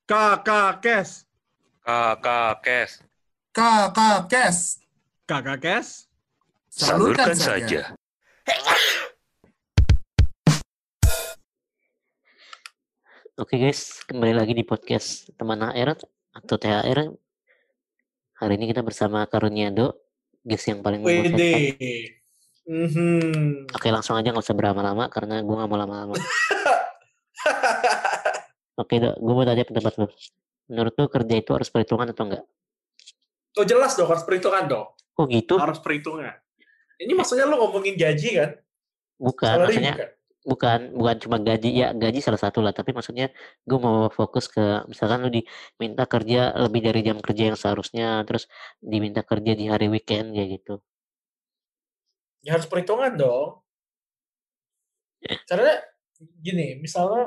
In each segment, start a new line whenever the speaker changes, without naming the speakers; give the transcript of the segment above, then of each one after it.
Kakak Kes.
Kakak Kes.
Kakak Kes.
Kakak Kes.
Salurkan saja.
Oke guys, kembali lagi di podcast teman HR atau THR. Hari ini kita bersama Karuniado, guys yang paling membosankan. Oke, langsung aja, nggak usah berlama-lama karena gue nggak mau lama-lama. Oke, Dok, gue mau tanya pendapat lo. Menurut lo kerja itu harus perhitungan atau enggak?
Oh jelas dong, harus perhitungan dong.
Oh gitu?
Harus perhitungan. Ini maksudnya lo ngomongin gaji kan?
Bukan,
Salary
maksudnya bukan cuma gaji. Ya, gaji salah satu lah, tapi maksudnya gue mau fokus ke misalkan lo diminta kerja lebih dari jam kerja yang seharusnya, terus diminta kerja di hari weekend kayak gitu.
Ya harus perhitungan dong. Karena gini, misalnya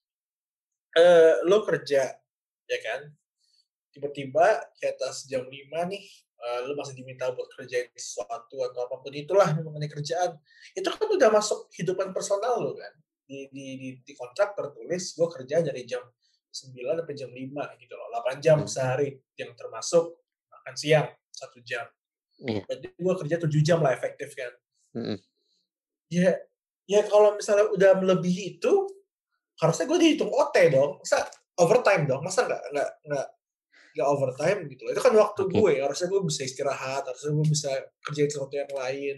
lo kerja, ya kan? Tiba-tiba di atas jam 5 nih, lo masih diminta buat kerjain sesuatu atau apapun itulah mengenai kerjaan. Itu kan udah masuk kehidupan personal lo kan. Di kontrak tertulis gue kerja dari jam 9 sampai jam 5 gitu loh. 8 jam sehari yang termasuk makan siang 1 jam.
Iya.
Berarti gue kerja 7 jam lah efektif kan.
Mm-mm.
Ya kalau misalnya udah melebihi itu, harusnya gue dihitung OT dong. Masa overtime dong? Masa nggak overtime gitu loh. Itu kan waktu
Oke.
gue. Harusnya gue bisa istirahat. Harusnya gue bisa kerjain sesuatu yang lain.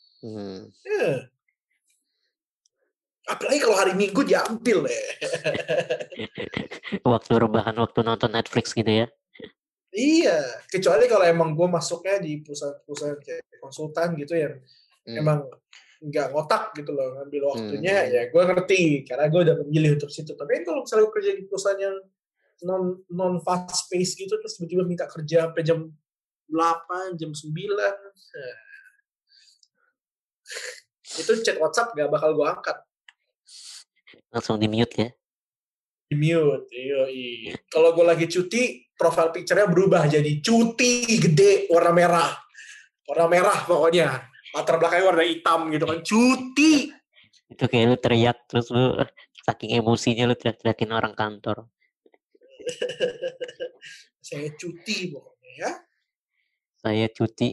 Apalagi kalau hari Minggu diambil ya.
Waktu rebahan, waktu nonton Netflix gitu ya.
Iya. Kecuali kalau emang gue masuknya di perusahaan kayak konsultan gitu yang emang nggak ngotak gitu loh ngambil waktunya, ya gue ngerti karena gue udah memilih untuk situ. Tapi kan kalau misalnya gue kerja di perusahaan yang non fast pace gitu terus tiba-tiba minta kerja sampai jam 8, jam 9, itu chat WhatsApp gak bakal gue angkat.
Langsung di mute ya.
Di mute, iya. Kalau gue lagi cuti, profile picture-nya berubah jadi cuti gede warna merah pokoknya. Latar belakangnya warna hitam gitu kan, cuti.
Itu kayak lu teriak terus lu saking emosinya lu teriak-teriakin orang kantor.
Saya cuti pokoknya ya.
Saya cuti.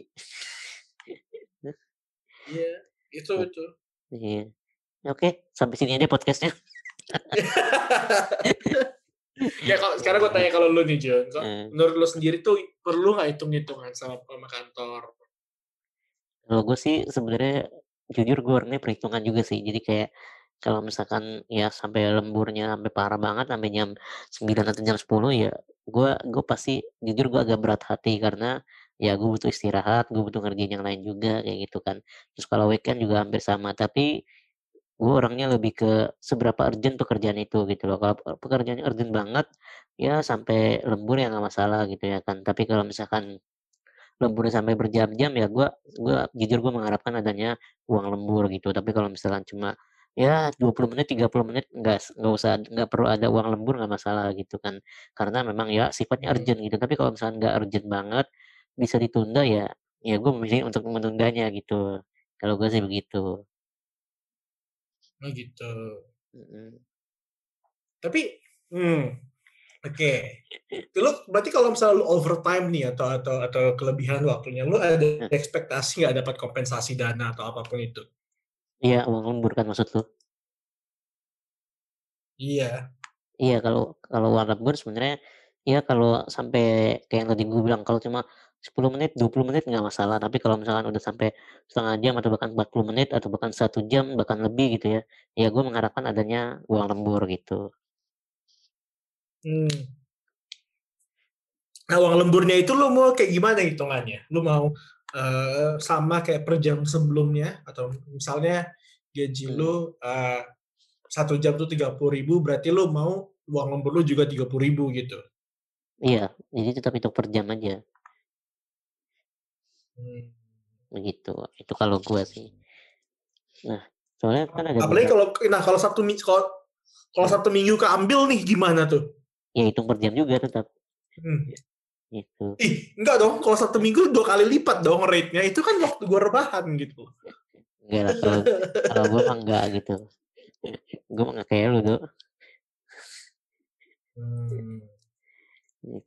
Iya, itu.
Iya. Oke, sampai sini aja podcastnya.
Ya kalau sekarang gue tanya kalau lu nih John, menurut lu sendiri tuh perlu nggak hitung-hitungan sama kantor?
Kalau gue sih sebenarnya jujur gue orangnya perhitungan juga sih. Jadi kayak kalau misalkan ya sampai lemburnya sampai parah banget sampai jam 9 atau jam 10 ya gue pasti jujur gue agak berat hati karena ya gue butuh istirahat, gue butuh ngerjain yang lain juga kayak gitu kan. Terus kalau weekend juga hampir sama, tapi gue orangnya lebih ke seberapa urgent pekerjaan itu gitu loh. Kalau pekerjaannya urgent banget ya sampai lembur ya nggak masalah gitu ya kan. Tapi kalau misalkan lemburnya sampai berjam-jam ya gue jujur gue mengharapkan adanya uang lembur gitu. Tapi kalau misalkan cuma ya 20 menit 30 menit nggak perlu ada uang lembur, nggak masalah gitu kan, karena memang ya sifatnya urgent gitu. Tapi kalau misalkan nggak urgent banget bisa ditunda ya gue memilih untuk menundanya gitu. Kalau gue sih begitu.
Oh gitu.
Mm-mm.
Tapi oke. Lu berarti kalau misalnya lu overtime nih atau kelebihan waktunya, lu ada ekspektasi nggak dapat kompensasi dana atau apapun itu?
Iya, uang lembur kan maksud lu?
Iya.
Iya, kalau uang lembur sebenarnya ya kalau sampai kayak yang tadi gue bilang, kalau cuma 10 menit 20 menit nggak masalah, tapi kalau misalkan udah sampai setengah jam atau bahkan 40 menit atau bahkan 1 jam bahkan lebih gitu ya gue mengharapkan adanya uang lembur gitu.
Nah, uang lemburnya itu lu mau kayak gimana hitungannya? Lu mau sama kayak per jam sebelumnya atau misalnya gaji lu 1 jam tuh 30.000, berarti lu mau uang lembur lu juga 30.000 gitu.
Iya, jadi tetap hitung per jam aja begitu. Itu kalau gue sih. Nah, soalnya kan ada
Apalagi kalau Satu minggu keambil nih gimana tuh?
ya hitung per jam juga tetap. Gitu.
Enggak dong, kalau 1 minggu 2 kali lipat dong rate-nya. Itu kan waktu gue rebahan gitu.
Enggak lah, kalau gue mah enggak gitu. Gue mah nggak kayak lu tuh.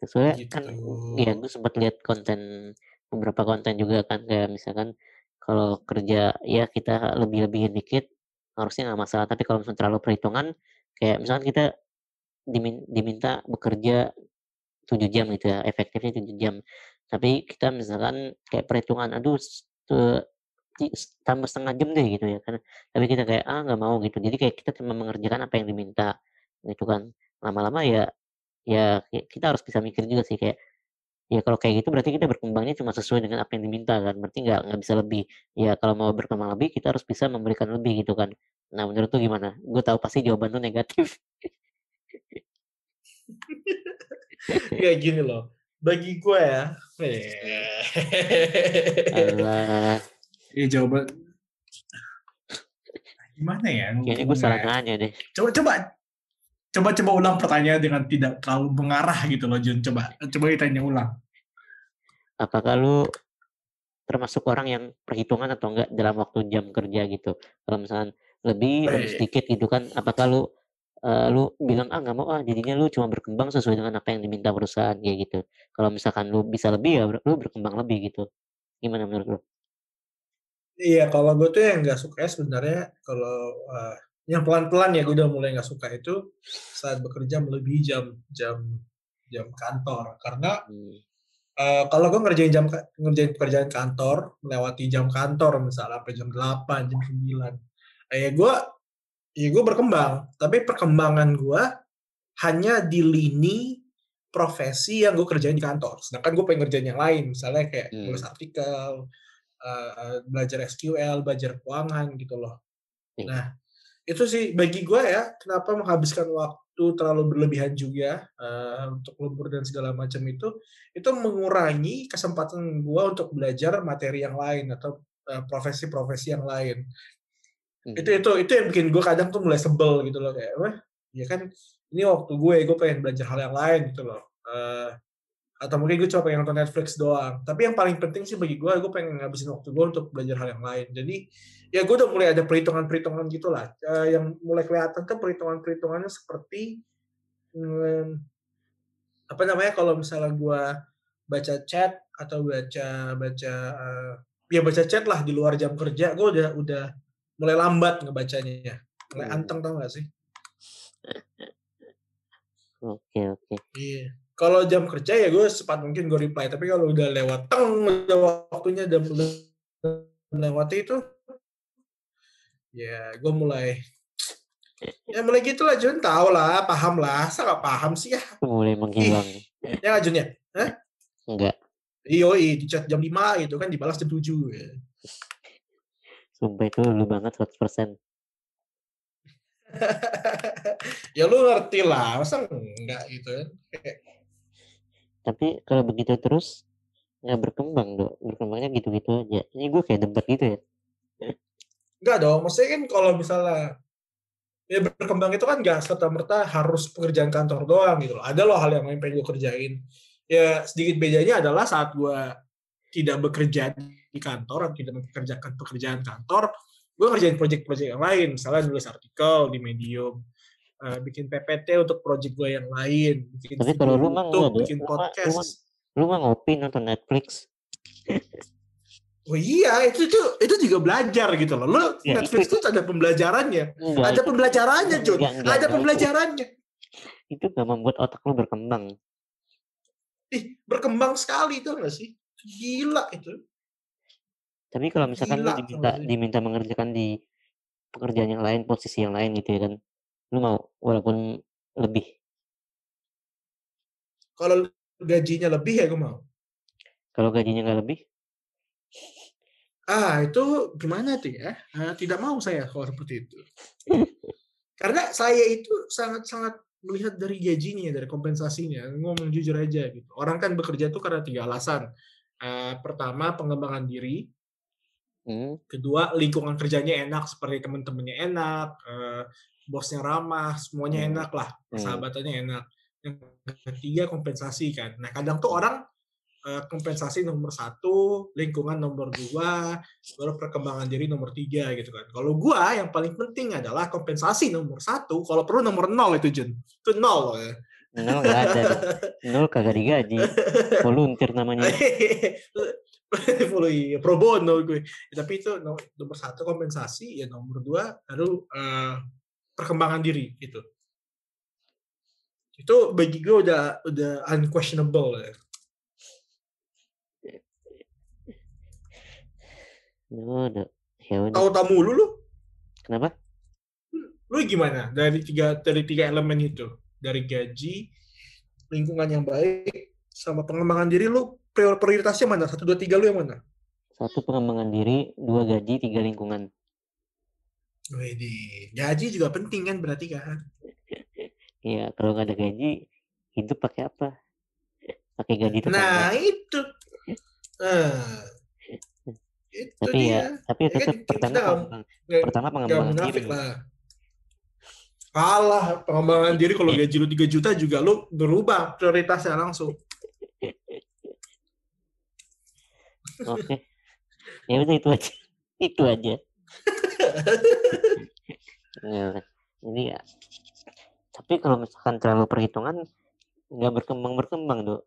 Soalnya
Gitu.
kan ya gue sempat lihat beberapa konten juga kan, kayak misalkan kalau kerja ya kita lebih-lebihin dikit harusnya nggak masalah, tapi kalau misalnya terlalu perhitungan kayak misalkan kita diminta bekerja 7 jam gitu ya, efektifnya 7 jam. Tapi kita misalkan kayak perhitungan, aduh tambah setengah jam deh gitu ya kan. Tapi kita kayak nggak mau gitu. Jadi kayak kita cuma mengerjakan apa yang diminta gitu kan. Lama-lama ya kita harus bisa mikir juga sih kayak ya kalau kayak gitu berarti kita berkembangnya cuma sesuai dengan apa yang diminta kan. Berarti nggak bisa lebih. Ya kalau mau berkembang lebih kita harus bisa memberikan lebih gitu kan. Nah menurut tuh gimana? Gue tahu pasti jawaban lu negatif.
Kayak gini loh. Bagi gue ya.
Alah,
jawaban gimana ya
kayaknya gue salah
ngomongnya?
nanya deh.
Coba ulang pertanyaan dengan tidak terlalu mengarah gitu loh, Jun. Coba ditanya ulang.
Apakah lu termasuk orang yang perhitungan atau enggak dalam waktu jam kerja gitu? Kalau misalkan lebih sedikit gitu kan, apakah lu bilang nggak mau jadinya lu cuma berkembang sesuai dengan apa yang diminta perusahaan kayak gitu. Kalau misalkan lu bisa lebih ya lu berkembang lebih gitu. Gimana menurut lu?
Iya, kalau gue tuh yang nggak suka sebenarnya kalau yang pelan-pelan ya gue udah mulai nggak suka itu saat bekerja melebihi jam kantor. Karena kalau gue ngerjain pekerjaan kantor melewati jam kantor misalnya sampai jam 8, jam 9, gue berkembang. Tapi perkembangan gue hanya di lini profesi yang gue kerjain di kantor. Sedangkan gue pengen ngerjain yang lain, misalnya kayak nulis artikel, belajar SQL, belajar keuangan gitu loh. Nah, itu sih bagi gue ya, kenapa menghabiskan waktu terlalu berlebihan juga untuk lembur dan segala macam itu mengurangi kesempatan gue untuk belajar materi yang lain atau profesi-profesi yang lain. Itu yang bikin gue kadang tuh mulai sebel gitu loh, kayak wah ya kan ini waktu gue pengen belajar hal yang lain gitu loh. Atau mungkin gue cuma pengen nonton Netflix doang. Tapi yang paling penting sih bagi gue pengen ngabisin waktu gue untuk belajar hal yang lain. Jadi ya gue udah mulai ada perhitungan-perhitungan gitu lah. Yang mulai kelihatan tuh perhitungan-perhitungannya seperti apa namanya, kalau misalnya gue baca chat atau baca chat lah di luar jam kerja, gue udah mulai lambat ngebacanya. Mulai anteng, tau gak sih?
Oke.
Iya. Kalau jam kerja ya gue secepat mungkin gue reply. Tapi kalau udah lewat udah waktunya dan udah lewati itu, ya gue mulai gitulah Jun, tau lah, paham lah, saya nggak paham sih ya.
Mulai menghilang.
Ya nggak Jun ya? Hah?
Enggak.
Di chat jam 5 gitu kan dibalas jam 7 ya.
Sumpah itu lu banget 100%.
Ya lu ngerti lah, masa enggak gitu kan.
Tapi kalau begitu terus nggak berkembang dong, berkembangnya gitu-gitu aja. Ini gue kayak debat gitu ya.
Enggak dong, maksudnya kan kalau misalnya ya berkembang itu kan nggak serta-merta harus pekerjaan kantor doang gitu loh. Ada loh hal yang lain pengen gue kerjain. Ya sedikit bedanya adalah saat gue tidak bekerja di kantor atau tidak mengerjakan pekerjaan kantor, gue ngerjain proyek-proyek yang lain. Misalnya nulis artikel di Medium, bikin PPT untuk proyek gue yang lain, bikin
Tapi
video
kalau lu mah
YouTube,
enggak,
bikin podcast.
Lu mah ngopi nonton Netflix.
Oh iya, itu juga belajar gitu loh. Lu
Ya,
Netflix itu ada pembelajarannya.
Enggak,
ada pembelajarannya, Jun. Ada pembelajarannya.
Itu gak membuat otak lu berkembang.
Berkembang sekali itu enggak sih? Gila itu.
Tapi kalau misalkan lu diminta mengerjakan di pekerjaan yang lain, posisi yang lain gitu ya kan, lu mau walaupun lebih?
Kalau gajinya lebih ya gue mau.
Kalau gajinya nggak lebih?
Itu gimana tuh ya? Tidak mau saya kalau seperti itu. Karena saya itu sangat-sangat melihat dari gajinya, dari kompensasinya. Ngomong jujur aja gitu. Orang kan bekerja tuh karena 3 alasan. Pertama, pengembangan diri. Kedua, lingkungan kerjanya enak, seperti teman-temannya enak, bosnya ramah, semuanya enak lah, persahabatannya enak. Yang ketiga, kompensasi kan. Nah, kadang tuh orang kompensasi nomor 1, lingkungan nomor 2, baru perkembangan diri nomor 3 gitu kan. Kalau gua yang paling penting adalah kompensasi nomor 1, kalau perlu nomor 0 itu Jun. Itu 0 ya.
Nol nggak ada dong. Nol kagak digaji. Volunteer namanya.
Iya, pro bono gue. Ya, tapi itu nomor satu kompensasi, ya nomor dua baru perkembangan diri gitu. Itu bagi gue udah unquestionable ya.
Udah. Ya udah.
Tahu tamu lu
Kenapa?
lu gimana dari tiga elemen itu, dari gaji, lingkungan yang baik, sama pengembangan diri, lu prioritasnya mana? 1, 2, 3 lu yang mana?
1 pengembangan diri, 2 gaji, 3 lingkungan.
Widih, gaji juga penting kan berarti kan?
Iya, kalau nggak ada gaji, hidup pakai apa? Pakai gaji tetangga.
Nah itu, itu
Tapi
dia.
tapi
Ya kan,
pertama
nggak
pengembangan diri.
munafik lah. Kalah pengembangan diri, kalau gaji lu 3 juta juga lu berubah prioritasnya langsung.
Oke. Ya udah itu aja. Itu aja. Ya, ini ya. Tapi kalau misalkan terlalu perhitungan, nggak berkembang, Dok.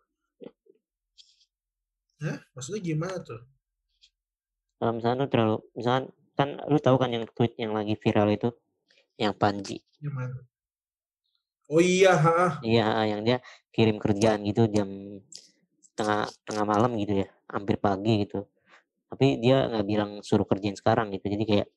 Hah? Maksudnya gimana tuh?
Kalau misalkan lu terlalu, misalkan kan lu tahu kan yang tweet yang lagi viral itu, yang Panji.
Gimana? Oh iya,
Iya, yang dia kirim kerjaan gitu jam tengah malam gitu ya, hampir pagi gitu. Tapi dia nggak bilang suruh kerjain sekarang gitu. Jadi kayak,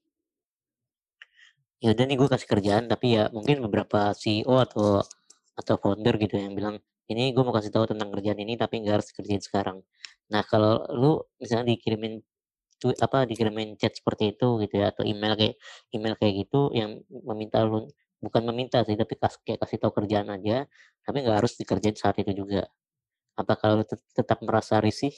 ya udah nih gue kasih kerjaan, tapi ya mungkin beberapa CEO atau founder gitu yang bilang, ini gue mau kasih tahu tentang kerjaan ini tapi nggak harus kerjain sekarang. Nah kalau lu misalnya dikirimin chat seperti itu gitu ya, atau email kayak gitu yang meminta lu, bukan meminta sih, tapi kayak kasih tahu kerjaan aja, tapi nggak harus dikerjain saat itu juga. Apakah lu tetap merasa risih?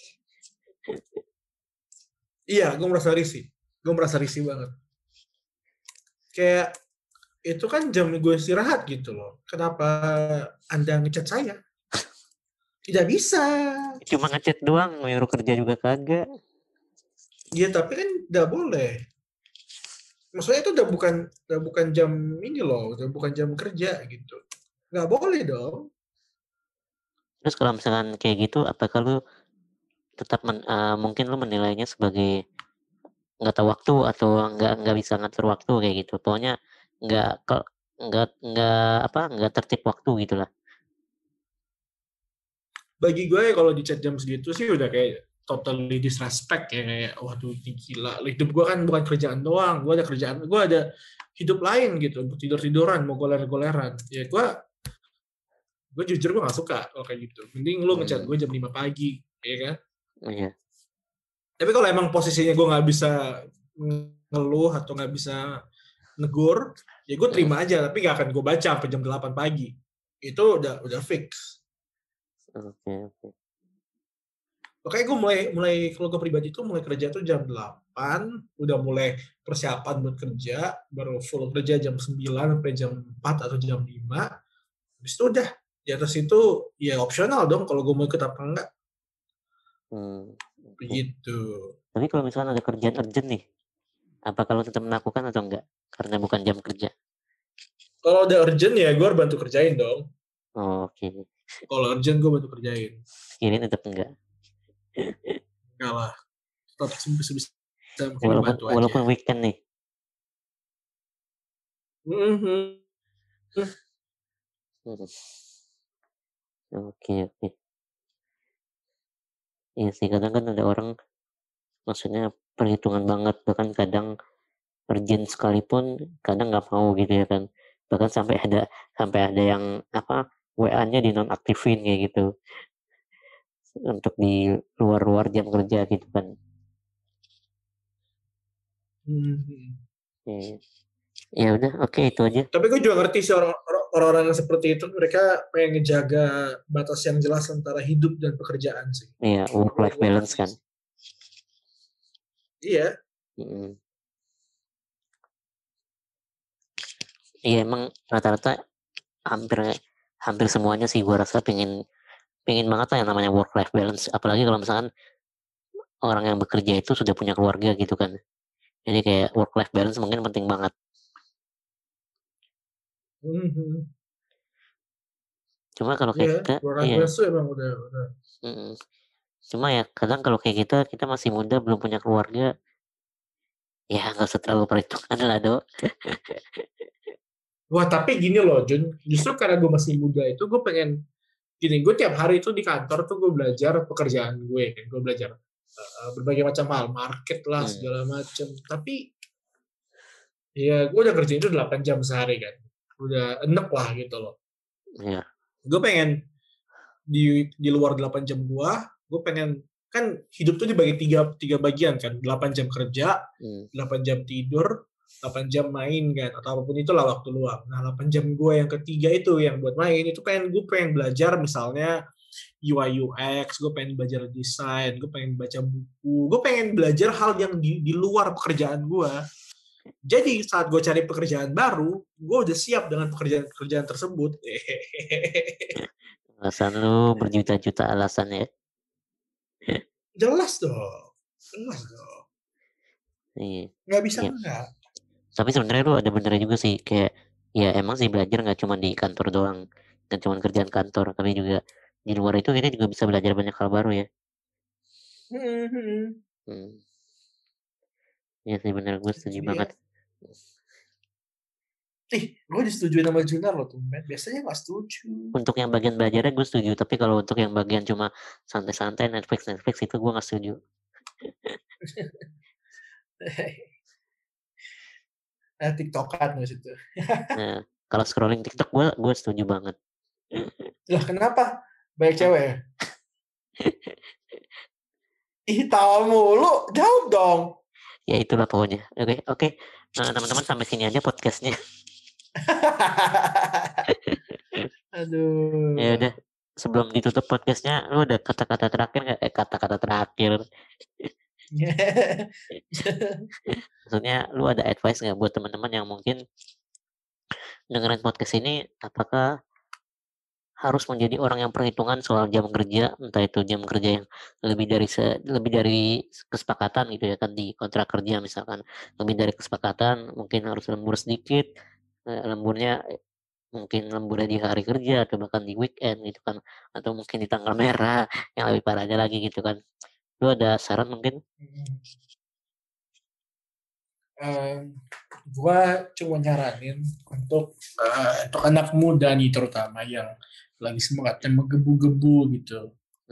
Iya, gue merasa risih. Gue merasa risih banget. Kayak itu kan jam gue istirahat gitu loh. Kenapa Anda ngechat saya? Tidak bisa.
Cuma ngechat doang, mau nyuruh kerja juga kagak.
Iya, tapi kan tidak boleh. Maksudnya itu udah bukan jam ini loh, udah bukan jam kerja gitu. Nggak boleh dong.
Terus kalau misalkan kayak gitu, apakah lu tetap mungkin lu menilainya sebagai nggak tahu waktu atau nggak bisa ngatur waktu kayak gitu? Pokoknya nggak nggak tertib waktu gitulah.
Bagi gue kalau di chat jam segitu sih udah kayak totally disrespect ya, kayak waduh ini gila. Hidup gue kan bukan kerjaan doang, gue ada kerjaan, gue ada hidup lain gitu, tidur-tiduran, mau goler-goleran. Ya gue jujur gue gak suka kalau kayak gitu. Mending lu ngechat gue jam 5 pagi, ya kan?
Iya.
Tapi kalau emang posisinya gue nggak bisa ngeluh atau nggak bisa negur, ya gue terima aja, tapi gak akan gue baca sampai jam 8 pagi. Itu udah fix.
Oke.
Makanya gue mulai kalau gue pribadi tuh mulai kerja tuh jam 8, udah mulai persiapan buat kerja, baru full kerja jam 9 sampai jam 4 atau jam 5. Habis itu udah, di atas itu ya opsional dong kalau gue mau ikut apa enggak. Begitu.
Tapi kalau misalnya ada kerjaan urgent nih, apa kalau tetap melakukan atau enggak? Karena bukan jam kerja.
Kalau udah urgent ya gue harus bantu kerjain dong.
Oke.
Kalau urgent gue bantu kerjain.
Ini tetap enggak.
Enggak lah. Tetap sebisa
Walaupun weekend nih. Oke. Iya sih, kadang kan ada orang maksudnya perhitungan banget, bahkan kadang urgent sekalipun kadang nggak mau gitu ya kan, bahkan sampai ada yang WA-nya dinonaktifin kayak gitu untuk di luar jam kerja gitu kan. Ya udah, oke, itu aja.
Tapi gue juga ngerti sih orang-orang yang seperti itu, mereka pengen ngejaga batas yang jelas antara hidup dan pekerjaan sih.
Iya, work life balance kan.
Iya.
Iya, emang rata-rata hampir semuanya sih gue rasa pengen banget lah yang namanya work life balance, apalagi kalau misalkan orang yang bekerja itu sudah punya keluarga gitu kan. Jadi kayak work life balance mungkin penting banget. Cuma kalau kayak
Iya,
kita,
work-life
iya.
balance tuh emang udah.
mm. Cuma ya kadang kalau kayak kita masih muda belum punya keluarga, ya nggak usah terlalu perhitungan lah do.
Wah, tapi gini loh, Jun. Justru karena gue masih muda itu, gue pengen gini. Gue tiap hari itu di kantor tuh gue belajar pekerjaan gue kan. Gue belajar berbagai macam hal, market lah segala macam. Tapi ya gue udah kerjain itu 8 jam sehari kan. Udah enek lah gitu loh.
Iya.
Gue pengen di luar 8 jam gue pengen kan hidup tuh dibagi tiga bagian kan, 8 jam kerja, 8 jam tidur, 8 jam main kan, atau apapun itulah waktu luang. Nah 8 jam gue yang ketiga itu yang buat main itu gue pengen belajar misalnya UI UX, gue pengen belajar desain, gue pengen baca buku, gue pengen belajar hal yang di luar pekerjaan gue. Jadi saat gue cari pekerjaan baru, gue udah siap dengan pekerjaan tersebut.
Alasan lu berjuta-juta alasan ya.
Jelas dong.
Iya.
Nggak bisa
Iya.
nggak.
Tapi sebenarnya lu ada benernya juga sih, kayak ya emang sih belajar nggak cuma di kantor doang, nggak cuma kerjaan kantor, tapi juga di luar itu kita juga bisa belajar banyak hal baru ya. Iya sih bener, gue setuju
Iya.
banget.
Gue disetujuin sama Junar loh tuh, men. Biasanya nggak setuju.
Untuk yang bagian belajarnya gue setuju, tapi kalau untuk yang bagian cuma santai-santai Netflix itu gue nggak setuju.
TikTokan di situ.
Nah, kalau scrolling TikTok gue setuju banget.
Lah kenapa? Banyak cewek ya? Ih, tahu mulu. Jawab dong.
Ya itulah pokoknya. Oke. Nah, teman-teman sampai sini aja podcastnya.
Aduh.
Ya udah, sebelum ditutup podcastnya, lu ada kata-kata terakhir nggak? Kata-kata terakhir. Maksudnya, lu ada advice nggak buat teman-teman yang mungkin dengerin podcast ini, apakah harus menjadi orang yang perhitungan soal jam kerja, entah itu jam kerja yang lebih dari kesepakatan gitu ya kan, di kontrak kerja misalkan lebih dari kesepakatan, mungkin harus lembur sedikit, lemburnya di hari kerja atau bahkan di weekend gitu kan, atau mungkin di tanggal merah yang lebih parahnya lagi gitu kan. Lu ada saran mungkin?
Gua cuma nyaranin untuk anak muda nih terutama yang lagi semangatnya menggebu-gebu gitu.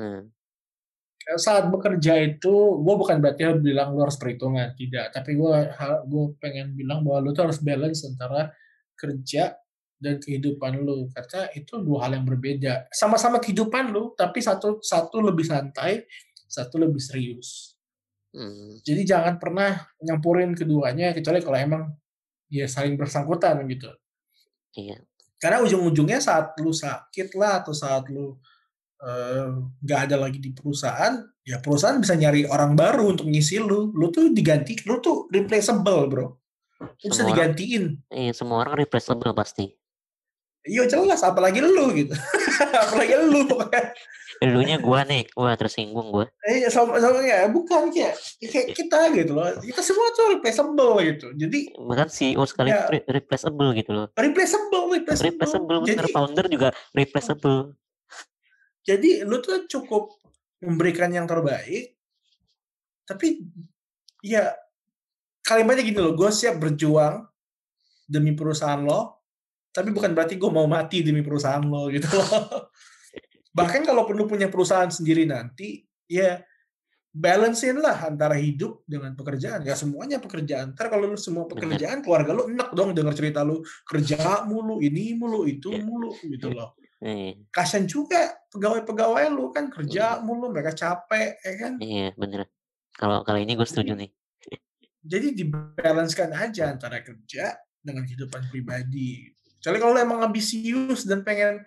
Saat bekerja itu, gue bukan berarti bilang lu harus perhitungan, tidak. Tapi gue pengen bilang bahwa lu tuh harus balance antara kerja dan kehidupan lu, karena itu dua hal yang berbeda. Sama-sama kehidupan lu, tapi satu lebih santai, satu lebih serius. Jadi jangan pernah nyampurin keduanya, kecuali kalau emang ya saling bersangkutan gitu.
Iya.
Karena ujung-ujungnya saat lu sakit lah, atau saat lu nggak ada lagi di perusahaan, ya perusahaan bisa nyari orang baru untuk ngisi lu tuh replaceable bro, lu bisa digantiin.
Iya, semua orang replaceable pasti.
Iya jelas, apalagi lu gitu. Apalagi lu pokoknya.
Elunya gua nih, wah tersinggung gua.
Sama ya, bukan kayak kita gitu loh. Kita semua tuh replaceable gitu. Jadi
bahkan CEO sekali ya, replaceable gitu loh.
Replaceable.
Bener, founder juga replaceable.
Jadi lu tuh cukup memberikan yang terbaik, tapi ya kalimatnya gini loh, gue siap berjuang demi perusahaan lo, tapi bukan berarti gue mau mati demi perusahaan lo gitu loh. Bahkan kalau perlu punya perusahaan sendiri nanti, ya balancein lah antara hidup dengan pekerjaan. Ya semuanya pekerjaan. Ntar kalau lu semua pekerjaan, keluarga lu enak dong denger cerita lu kerja mulu, ini mulu, itu mulu gitu loh. Kasian juga pegawai-pegawai lu kan kerja mulu, mereka capek, ya kan?
Iya bener. Kalau kali ini gue setuju nih.
Jadi dibalancekan aja antara kerja dengan kehidupan pribadi. Kecuali kalau lu emang ambisius dan pengen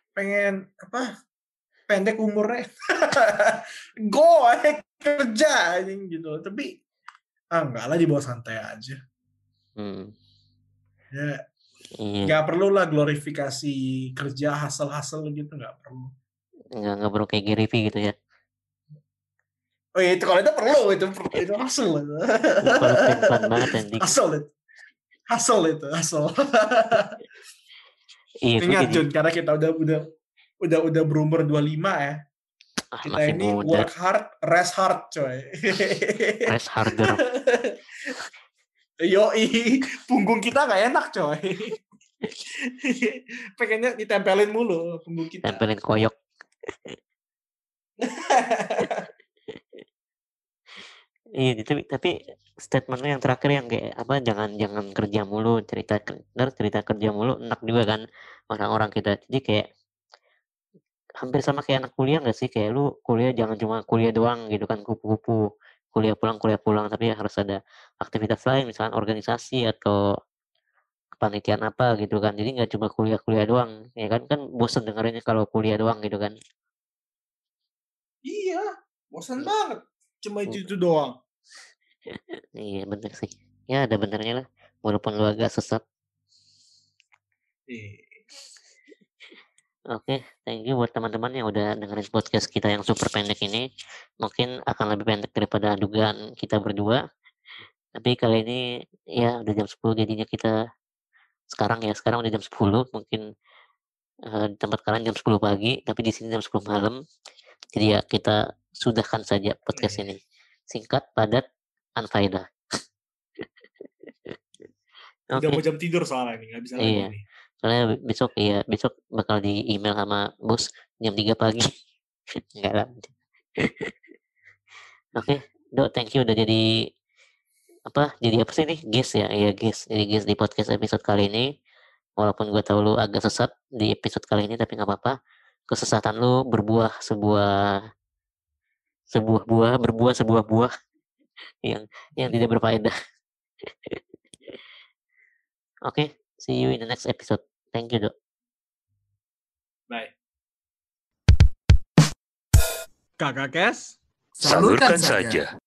pendek umurnya, go kerja gitu. Tapi enggak lah, dibawa santai aja. Ya, nggak perlu lah glorifikasi kerja hustle gitu, nggak perlu.
Nggak perlu kayak Gary V gitu ya.
Oh iya, kalau itu perlu, itu hustle.
Kalau pelan banget ending.
Hustle itu. Ingat Jun, karena kita udah
udah berumur 25 ya. Kita
Masih
ini
muda.
work hard, rest hard, coy.
Rest harder.
Yoi, punggung kita nggak enak, coy. Pengennya ditempelin mulu punggung kita.
Tempelin koyok. Iya, tapi statement lu yang terakhir yang kayak apa, jangan kerja mulu, cerita kerja mulu enak juga kan orang-orang kita. Jadi kayak hampir sama kayak anak kuliah nggak sih, kayak lu kuliah jangan cuma kuliah doang gitu kan, kupu-kupu kuliah pulang, tapi harus ada aktivitas lain, misalkan organisasi atau kepanitiaan apa gitu kan. Jadi nggak cuma kuliah doang, ya kan bosen dengerinnya kalau kuliah doang gitu kan.
Iya, bosan banget. Cuma itu doang.
Iya bener sih, ya ada benernya lah, walaupun lu agak sesat. Oke, thank you buat teman-teman yang udah dengerin podcast kita yang super pendek ini. Mungkin akan lebih pendek daripada dugaan kita berdua. Tapi kali ini ya udah jam 10, jadinya kita sekarang udah jam 10. Mungkin di tempat kalian jam 10 pagi, tapi di sini jam 10 malam. Jadi ya kita sudahkan saja podcast ini. Singkat, padat, unfaedah.
Udah mau
Oke,
jam tidur soalnya nih, nggak bisa lagi
iya.
nih.
Soalnya besok bakal di email sama bos jam 3 pagi. Enggak lah. Oke, Dok, thank you udah jadi apa sih nih, guest ya, iya guest, jadi guest di podcast episode kali ini. Walaupun gue tahu lu agak sesat di episode kali ini, tapi nggak apa-apa. Kesesatan lu berbuah sebuah buah yang tidak berfaedah. Oke, see you in the next episode. Thank you, Dok.
Bye. Kakak Kes,
Salurkan saja.